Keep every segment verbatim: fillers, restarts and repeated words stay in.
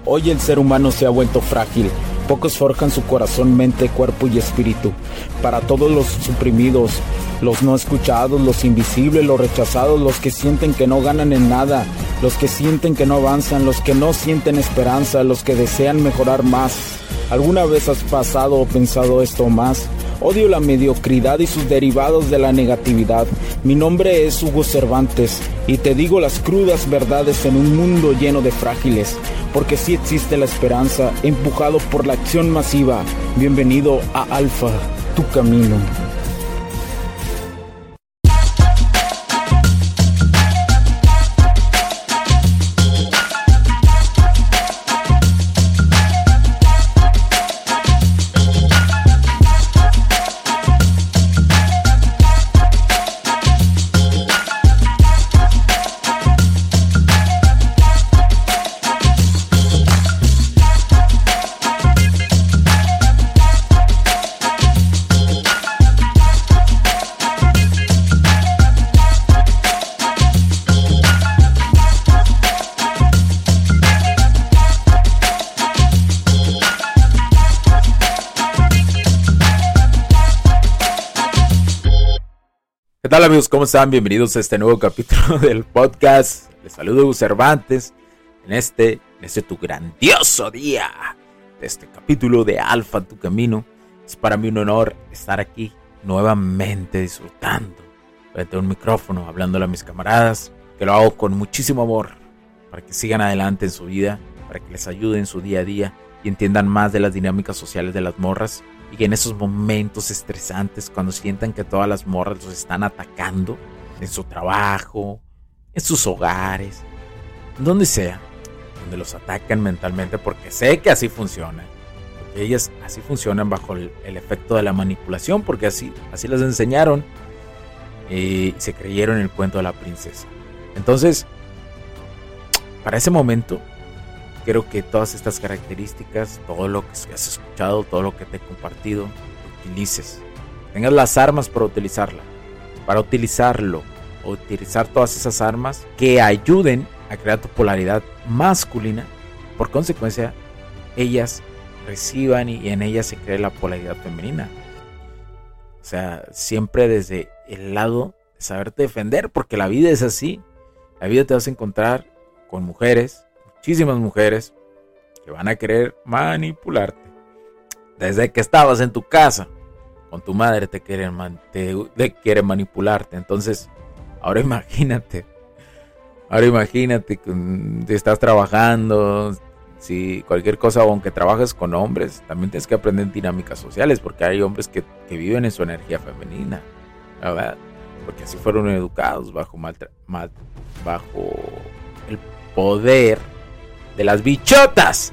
Hoy el ser humano se ha vuelto frágil. Pocos forjan su corazón, mente, cuerpo y espíritu. Para todos los suprimidos, los no escuchados, los invisibles, los rechazados, los que sienten que no ganan en nada, los que sienten que no avanzan, los que no sienten esperanza, los que desean mejorar más. ¿Alguna vez has pasado o pensado esto más? Odio la mediocridad y sus derivados de la negatividad. Mi nombre es Hugo Cervantes y te digo las crudas verdades en un mundo lleno de frágiles, porque sí existe la esperanza, empujado por la acción masiva. Bienvenido a Alfa, tu camino. ¿Qué tal, amigos? ¿Cómo están? Bienvenidos a este nuevo capítulo del podcast. Les saludo Hugo Cervantes en este, en este tu grandioso día de este capítulo de Alfa, tu camino. Es para mí un honor estar aquí nuevamente disfrutando frente a un micrófono, hablándole a mis camaradas, que lo hago con muchísimo amor para que sigan adelante en su vida, para que les ayude en su día a día y entiendan más de las dinámicas sociales de las morras. Y que en esos momentos estresantes, cuando sientan que todas las morras los están atacando, en su trabajo, en sus hogares, donde sea, donde los atacan mentalmente, porque sé que así funciona, porque ellas así funcionan bajo el, el efecto de la manipulación, porque así, así les enseñaron y se creyeron el cuento de la princesa. Entonces, para ese momento, creo que todas estas características, todo lo que has escuchado, todo lo que te he compartido, lo utilices. Tengas las armas para utilizarla, para utilizarlo, o utilizar todas esas armas que ayuden a crear tu polaridad masculina. Por consecuencia, ellas reciban y en ellas se cree la polaridad femenina. O sea, siempre desde el lado de saberte defender, porque la vida es así. La vida te vas a encontrar con mujeres, muchísimas mujeres que van a querer manipularte. Desde que estabas en tu casa con tu madre te quieren, man, te, te quieren manipularte. Entonces, ahora imagínate, ahora imagínate que estás trabajando, si cualquier cosa, aunque trabajes con hombres, también tienes que aprender dinámicas sociales, porque hay hombres que, que viven en su energía femenina, ¿verdad? Porque así fueron educados bajo, mal, mal, bajo el poder de las bichotas.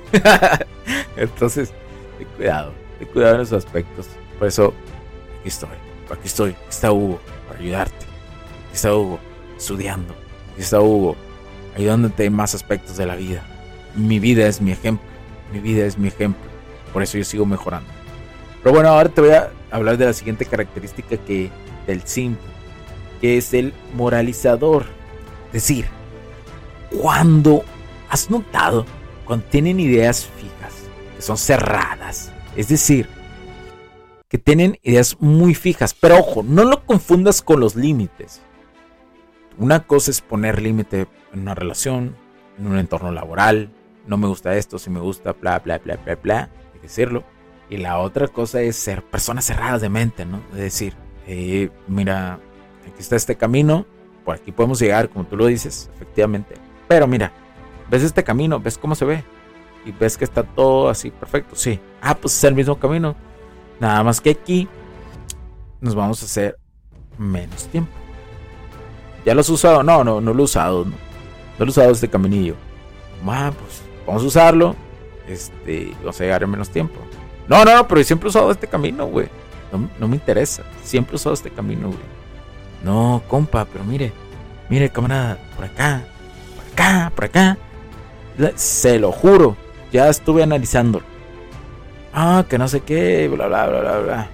Entonces, ten cuidado, ten cuidado en esos aspectos. Por eso, aquí estoy, aquí estoy, aquí está Hugo, para ayudarte. Aquí está Hugo, estudiando. Aquí está Hugo, ayudándote en más aspectos de la vida. Mi vida es mi ejemplo, mi vida es mi ejemplo. Por eso yo sigo mejorando. Pero bueno, ahora te voy a hablar de la siguiente característica que del simp, que es el moralizador. Es decir, cuando has notado, cuando tienen ideas fijas, que son cerradas, es decir, que tienen ideas muy fijas, pero ojo, no lo confundas con los límites. Una cosa es poner límite en una relación, en un entorno laboral, no me gusta esto, si me gusta, bla, bla, bla, bla, bla, hay que decirlo. Y la otra cosa es ser personas cerradas de mente, ¿no? Es decir, eh, mira, aquí está este camino, por aquí podemos llegar, como tú lo dices, efectivamente, pero mira, ves este camino, ves cómo se ve y ves que está todo así perfecto. Sí, ah, pues es el mismo camino, nada más que aquí nos vamos a hacer menos tiempo. ¿Ya lo has usado? No, no, no lo he usado, no, no lo he usado este caminillo. Ah, pues vamos a usarlo, este, vamos a llegar en menos tiempo. No, no, no, pero siempre he usado este camino, güey. No, no me interesa, siempre he usado este camino, güey. No, compa, pero mire, mire, camarada, por acá, por acá, por acá. Se lo juro, ya estuve analizándolo. Ah, que no sé qué, bla, bla, bla, bla, bla.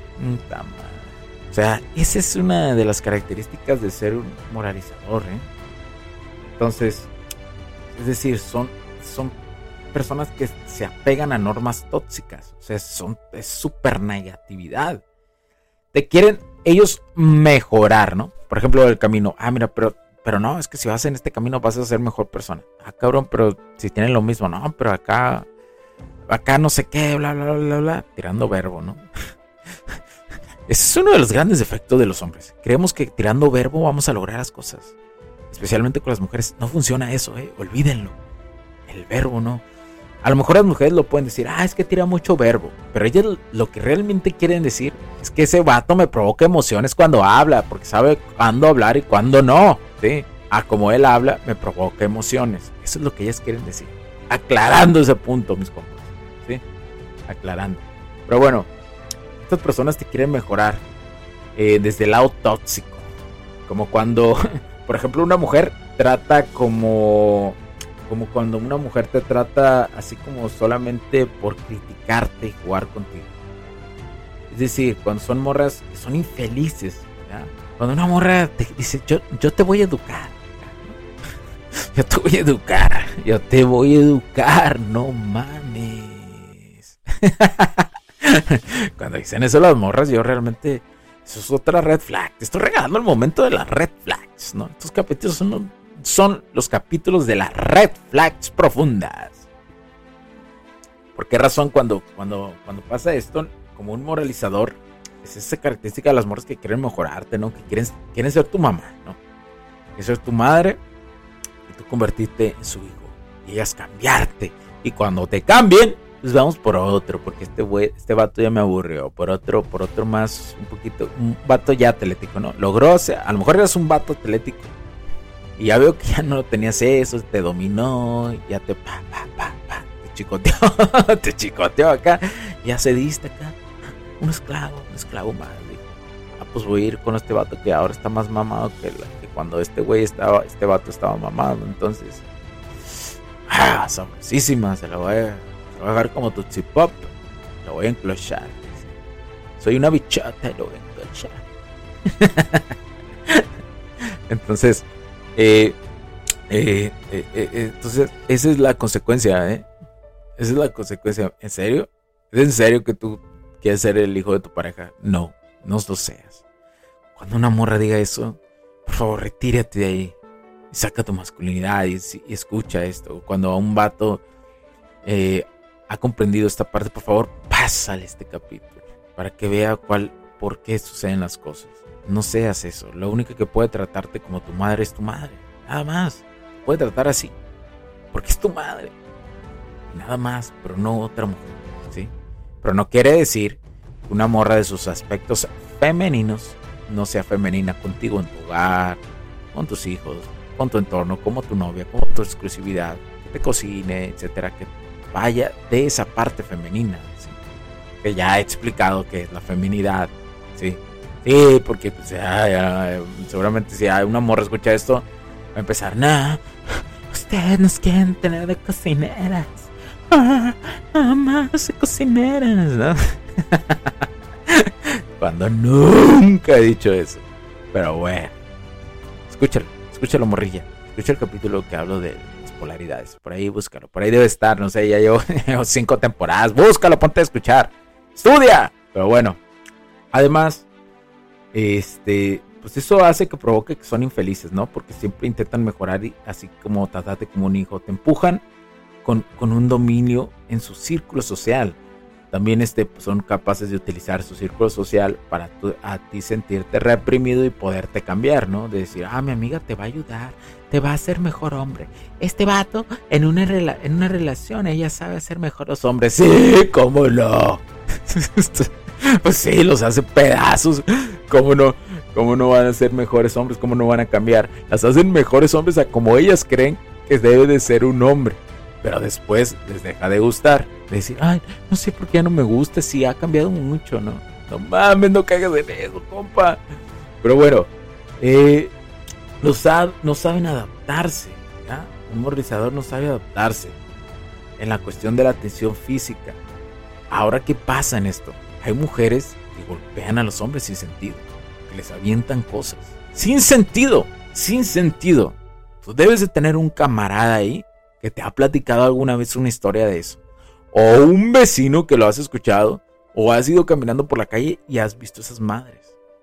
O sea, esa es una de las características de ser un moralizador, ¿eh? Entonces, es decir, son, son personas que se apegan a normas tóxicas. O sea, son, es súper negatividad. Te quieren ellos mejorar, ¿no? Por ejemplo, el camino. Ah, mira, pero, pero no, es que si vas en este camino vas a ser mejor persona. Ah, cabrón, pero si tienen lo mismo. No, pero acá, acá no sé qué, bla, bla, bla, bla. Tirando verbo, ¿no? Ese es uno de los grandes defectos de los hombres. Creemos que tirando verbo vamos a lograr las cosas. Especialmente con las mujeres. No funciona eso, ¿eh? Olvídenlo. El verbo, ¿no? A lo mejor las mujeres lo pueden decir, ah, es que tira mucho verbo. Pero ellas lo que realmente quieren decir es que ese vato me provoca emociones cuando habla, porque sabe cuándo hablar y cuándo no, ¿sí? Ah, como él habla, me provoca emociones. Eso es lo que ellas quieren decir. Aclarando ese punto, mis compas, ¿sí? Aclarando. Pero bueno, estas personas te quieren mejorar eh, desde el lado tóxico. Como cuando, por ejemplo, una mujer trata como... Como cuando una mujer te trata así como solamente por criticarte y jugar contigo. Es decir, cuando son morras que son infelices, ¿ya? Cuando una morra te dice, yo, yo te voy a educar. Yo te voy a educar. Yo te voy a educar. No mames. Cuando dicen eso las morras, yo realmente... Eso es otra red flag. Te estoy regalando el momento de las red flags, ¿no? Estos capítulos son... Son los capítulos de las red flags profundas. ¿Por qué razón cuando, cuando, cuando pasa esto? Como un moralizador, es esa característica de las morras que quieren mejorarte, ¿no? Que quieren, quieren ser tu mamá, ¿no? Quieren ser tu madre y tú convertirte en su hijo. Y ellas cambiarte. Y cuando te cambien, pues vamos por otro, porque este güey, este vato ya me aburrió. Por otro, por otro más, un poquito, un vato ya atlético, ¿no? Logró, o sea, a lo mejor eras un vato atlético. Y ya veo que ya no tenías eso, te dominó, ya te pa, pa, pa, pa, te chicoteó, te chicoteó acá, ya cediste acá. Un esclavo, un esclavo más. Dijo, ah, pues voy a ir con este vato que ahora está más mamado que, la, que cuando este güey estaba, este vato estaba mamado. Entonces, ah, sabrosísima, se la voy a, se la voy a dejar como Tootsie Pop, lo voy a enclochar. Soy una bichota y lo voy a enclochar. Entonces, Eh, eh, eh, eh, entonces esa es la consecuencia, ¿eh? Esa es la consecuencia. ¿En serio? ¿Es en serio que tú quieres ser el hijo de tu pareja? No, no lo seas. Cuando una morra diga eso, por favor, retírate de ahí y saca tu masculinidad y, y escucha esto. Cuando a un vato eh, ha comprendido esta parte, por favor, pásale este capítulo para que vea cuál, por qué suceden las cosas. No seas eso. Lo único que puede tratarte como tu madre es tu madre. Nada más. Puede tratar así. Porque es tu madre. Nada más, pero no otra mujer. ¿Sí? Pero no quiere decir que una morra de sus aspectos femeninos no sea femenina contigo en tu hogar, con tus hijos, con tu entorno, como tu novia, con tu exclusividad, que te cocine, etcétera. Que vaya de esa parte femenina. ¿Sí? Que ya he explicado que es la feminidad. ¿Sí? Sí, porque pues, ya, ya, seguramente si hay una morra escucha esto, va a empezar, no, ustedes nos quieren tener de cocineras, ah, más de cocineras, ¿no? Cuando nunca he dicho eso. Pero bueno, escúchalo, escúchalo, morrilla. Escucha el capítulo que hablo de las polaridades. Por ahí búscalo, por ahí debe estar, no sé, ya llevo, llevo cinco temporadas. Búscalo, ponte a escuchar, estudia. Pero bueno, además... Este, pues eso hace que provoque que son infelices, ¿no? Porque siempre intentan mejorar y así como tratarte como un hijo. Te empujan con, con un dominio en su círculo social. También este, pues son capaces de utilizar su círculo social para tu, a ti sentirte reprimido y poderte cambiar, ¿no? De decir, ah, mi amiga te va a ayudar, te va a hacer mejor hombre. Este vato en una, rela- en una relación ella sabe hacer mejor los hombres. Sí, ¿cómo no? Pues sí, los hace pedazos. ¿Cómo no? ¿Cómo no van a ser mejores hombres? ¿Cómo no van a cambiar? Las hacen mejores hombres a como ellas creen que debe de ser un hombre. Pero después les deja de gustar. De decir, ay, no sé por qué ya no me gusta. Si ha cambiado mucho, ¿no? No mames, no caigas en eso, compa. Pero bueno, eh, no, sab- no saben adaptarse, ¿ya? Un moralizador no sabe adaptarse en la cuestión de la atención física. Ahora, ¿qué pasa en esto? Hay mujeres que golpean a los hombres sin sentido, que les avientan cosas. Sin sentido, sin sentido. Tú debes de tener un camarada ahí que te ha platicado alguna vez una historia de eso. O un vecino que lo has escuchado. O has ido caminando por la calle y has visto esas madres.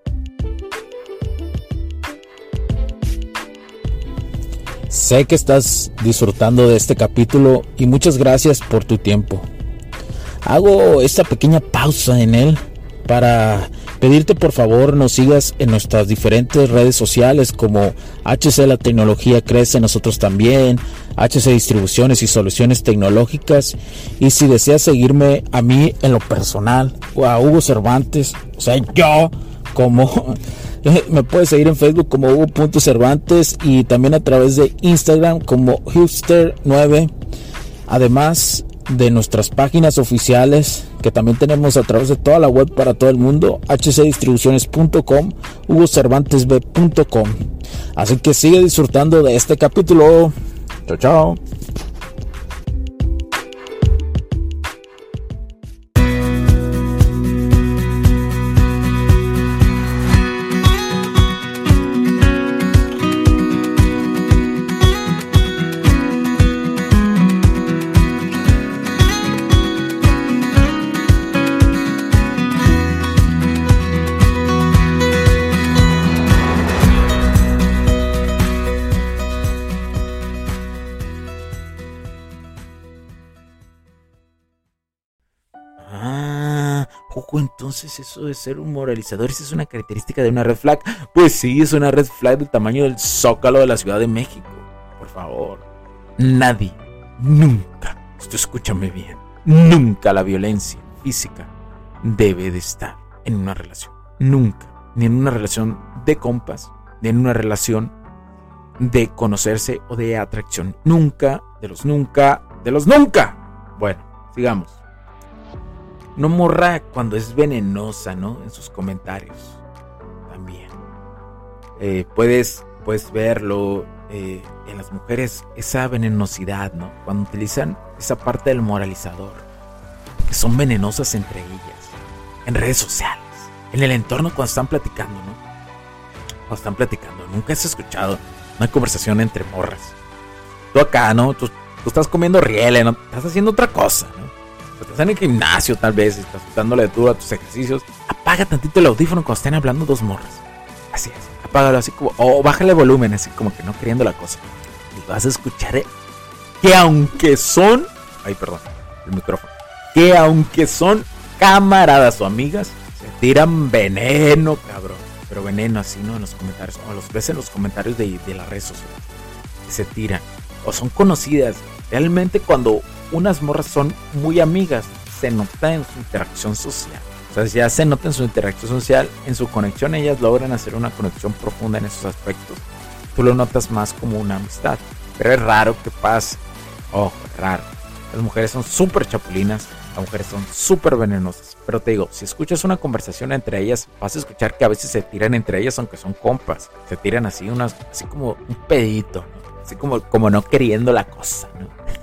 Sé que estás disfrutando de este capítulo y muchas gracias por tu tiempo. Hago esta pequeña pausa en él para pedirte por favor nos sigas en nuestras diferentes redes sociales como H C La Tecnología Crece, nosotros también, H C Distribuciones y Soluciones Tecnológicas. Y si deseas seguirme a mí en lo personal o a Hugo Cervantes, o sea yo como... me puedes seguir en Facebook como Hugo punto Cervantes y también a través de Instagram como Hipster nueve. Además de nuestras páginas oficiales que también tenemos a través de toda la web para todo el mundo, h c distribuciones punto com, hugo cervantes b punto com. Así que sigue disfrutando de este capítulo. Chao, chao. Entonces eso de ser un moralizador, ¿esa es una característica de una red flag? Pues sí, es una red flag del tamaño del Zócalo de la Ciudad de México. Por favor, nadie, nunca, esto escúchame bien, nunca la violencia física debe de estar en una relación. Nunca, ni en una relación de compas, ni en una relación de conocerse o de atracción. Nunca, de los nunca, de los nunca. Bueno, sigamos. No morra cuando es venenosa, ¿no? En sus comentarios. También. Eh, puedes, puedes verlo eh, en las mujeres, esa venenosidad, ¿no? Cuando utilizan esa parte del moralizador. Que son venenosas entre ellas. En redes sociales. En el entorno cuando están platicando, ¿no? Cuando están platicando. Nunca has escuchado una conversación entre morras. Tú acá, ¿no? Tú, tú estás comiendo riele, ¿no? Estás haciendo otra cosa, ¿no? Estás en el gimnasio tal vez, estás dándole duro a tus ejercicios. Apaga tantito el audífono cuando estén hablando dos morras. Así es, apágalo así como, o bájale volumen, así como que no queriendo la cosa. Y vas a escuchar eh, que aunque son, ay perdón, el micrófono, que aunque son camaradas o amigas, se tiran veneno, cabrón. Pero veneno así, ¿no? En los comentarios, o los ves en los comentarios de, de las redes sociales, que se tiran, o son conocidas. Realmente cuando unas morras son muy amigas, se nota en su interacción social. O sea, ya se nota en su interacción social, en su conexión, ellas logran hacer una conexión profunda en esos aspectos. Tú lo notas más como una amistad. Pero es raro que pase. Ojo, es raro. Las mujeres son súper chapulinas, las mujeres son súper venenosas. Pero te digo, si escuchas una conversación entre ellas, vas a escuchar que a veces se tiran entre ellas, aunque son compas. Se tiran así, unas, así como un pedito, ¿no? Así como, como no queriendo la cosa, ¿no?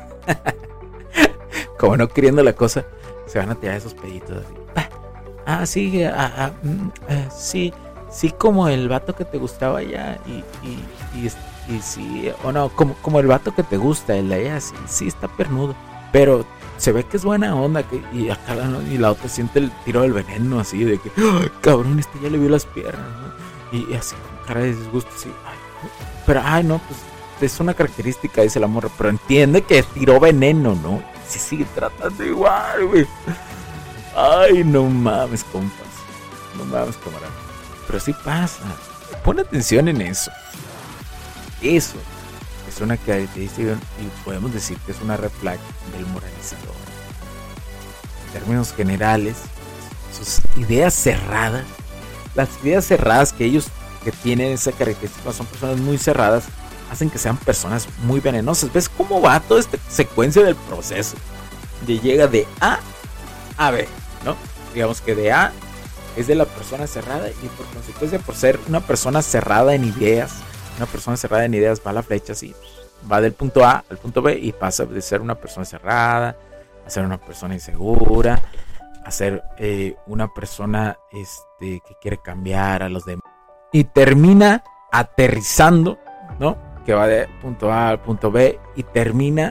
Como no queriendo la cosa, se van a tirar esos peditos así. Ah, ah sí, ah, ah, mm, ah, sí, sí, como el vato que te gustaba ya y, y, y, y sí, o no, como, como el vato que te gusta, el de ella, sí, sí está pernudo, pero se ve que es buena onda, que, y acá ¿no? Y la otra siente el tiro del veneno así de que, ¡oh, cabrón, este ya le vio las piernas, ¿no? Y, y así con cara de disgusto, así, ay, pero ay no, pues es una característica, dice la morra, pero entiende que tiró veneno, ¿no? Sí, sigue tratando igual, güey. Ay, no mames, compas. No mames, camarada. Pero sí pasa. Pon atención en eso. Eso es una característica y podemos decir que es una red flag del moralizador. En términos generales, sus ideas cerradas, las ideas cerradas que ellos que tienen esa característica son personas muy cerradas, hacen que sean personas muy venenosas. ¿Ves cómo va toda esta secuencia del proceso? De llega de A a B, ¿no? Digamos que de A es de la persona cerrada y por consecuencia, por ser una persona cerrada en ideas, una persona cerrada en ideas va a la flecha así, va del punto A al punto B y pasa de ser una persona cerrada a ser una persona insegura, a ser eh, una persona este, que quiere cambiar a los demás y termina aterrizando, ¿no? Que va de punto A al punto B y termina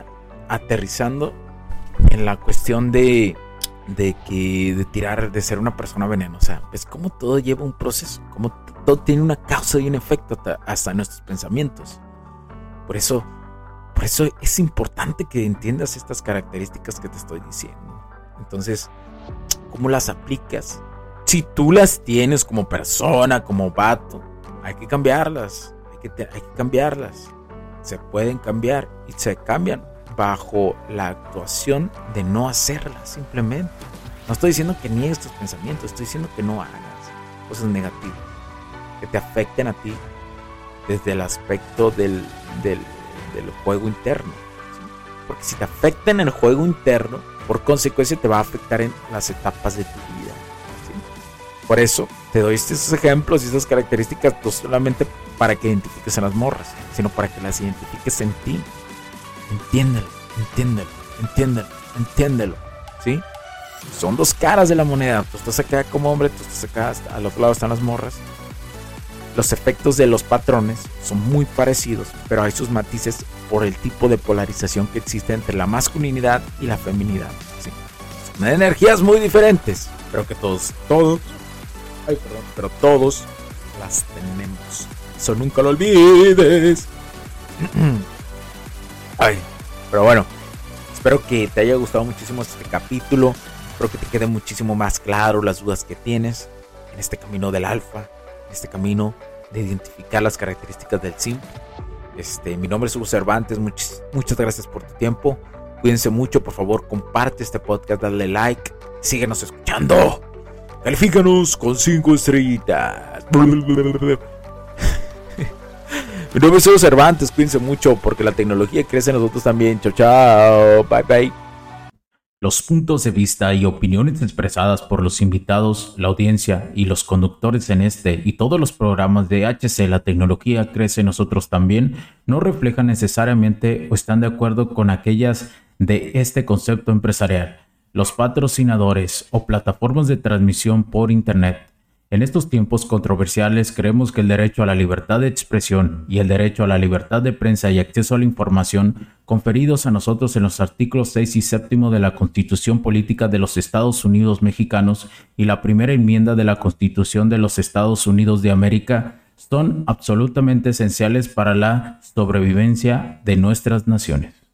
aterrizando en la cuestión de, de que de tirar, de ser una persona venenosa. Es como todo lleva un proceso, como todo tiene una causa y un efecto hasta en nuestros pensamientos. Por eso, por eso es importante que entiendas estas características que te estoy diciendo. Entonces, ¿cómo las aplicas? Si tú las tienes como persona, como vato, hay que cambiarlas, hay que, hay que cambiarlas. Se pueden cambiar y se cambian bajo la actuación de no hacerlas, simplemente. No estoy diciendo que niegues tus pensamientos, estoy diciendo que no hagas cosas negativas que te afecten a ti desde el aspecto del, del, del juego interno. ¿Sí? Porque si te afectan en el juego interno, por consecuencia te va a afectar en las etapas de tu vida. ¿Sí? Por eso te doy estos ejemplos y estas características no solamente para que identifiques a las morras, sino para que las identifiques en ti. Entiéndelo, entiéndelo, entiéndelo, entiéndelo, ¿sí? Son dos caras de la moneda. Tú estás acá como hombre, tú estás acá, al otro lado están las morras. Los efectos de los patrones son muy parecidos, pero hay sus matices por el tipo de polarización que existe entre la masculinidad y la feminidad, ¿sí? Son energías muy diferentes, pero que todos, todos, ay, perdón, pero todos las tenemos. Eso nunca lo olvides. Ay, pero bueno, espero que te haya gustado muchísimo este capítulo. Espero que te quede muchísimo más claro las dudas que tienes en este camino del alfa, en este camino de identificar las características del simp. Este, mi nombre es Hugo Cervantes. Muchas, muchas gracias por tu tiempo. Cuídense mucho, por favor, comparte este podcast, dale like, síguenos escuchando, califícanos con cinco estrellitas. Mi nombre es Hugo Cervantes, cuídense mucho porque la tecnología crece en nosotros también. Chao, chao, bye, bye. Los puntos de vista y opiniones expresadas por los invitados, la audiencia y los conductores en este y todos los programas de H C La Tecnología Crece en Nosotros También no reflejan necesariamente o están de acuerdo con aquellas de este concepto empresarial, los patrocinadores o plataformas de transmisión por Internet. En estos tiempos controversiales creemos que el derecho a la libertad de expresión y el derecho a la libertad de prensa y acceso a la información conferidos a nosotros en los artículos seis y séptimo de la Constitución Política de los Estados Unidos Mexicanos y la primera enmienda de la Constitución de los Estados Unidos de América son absolutamente esenciales para la sobrevivencia de nuestras naciones.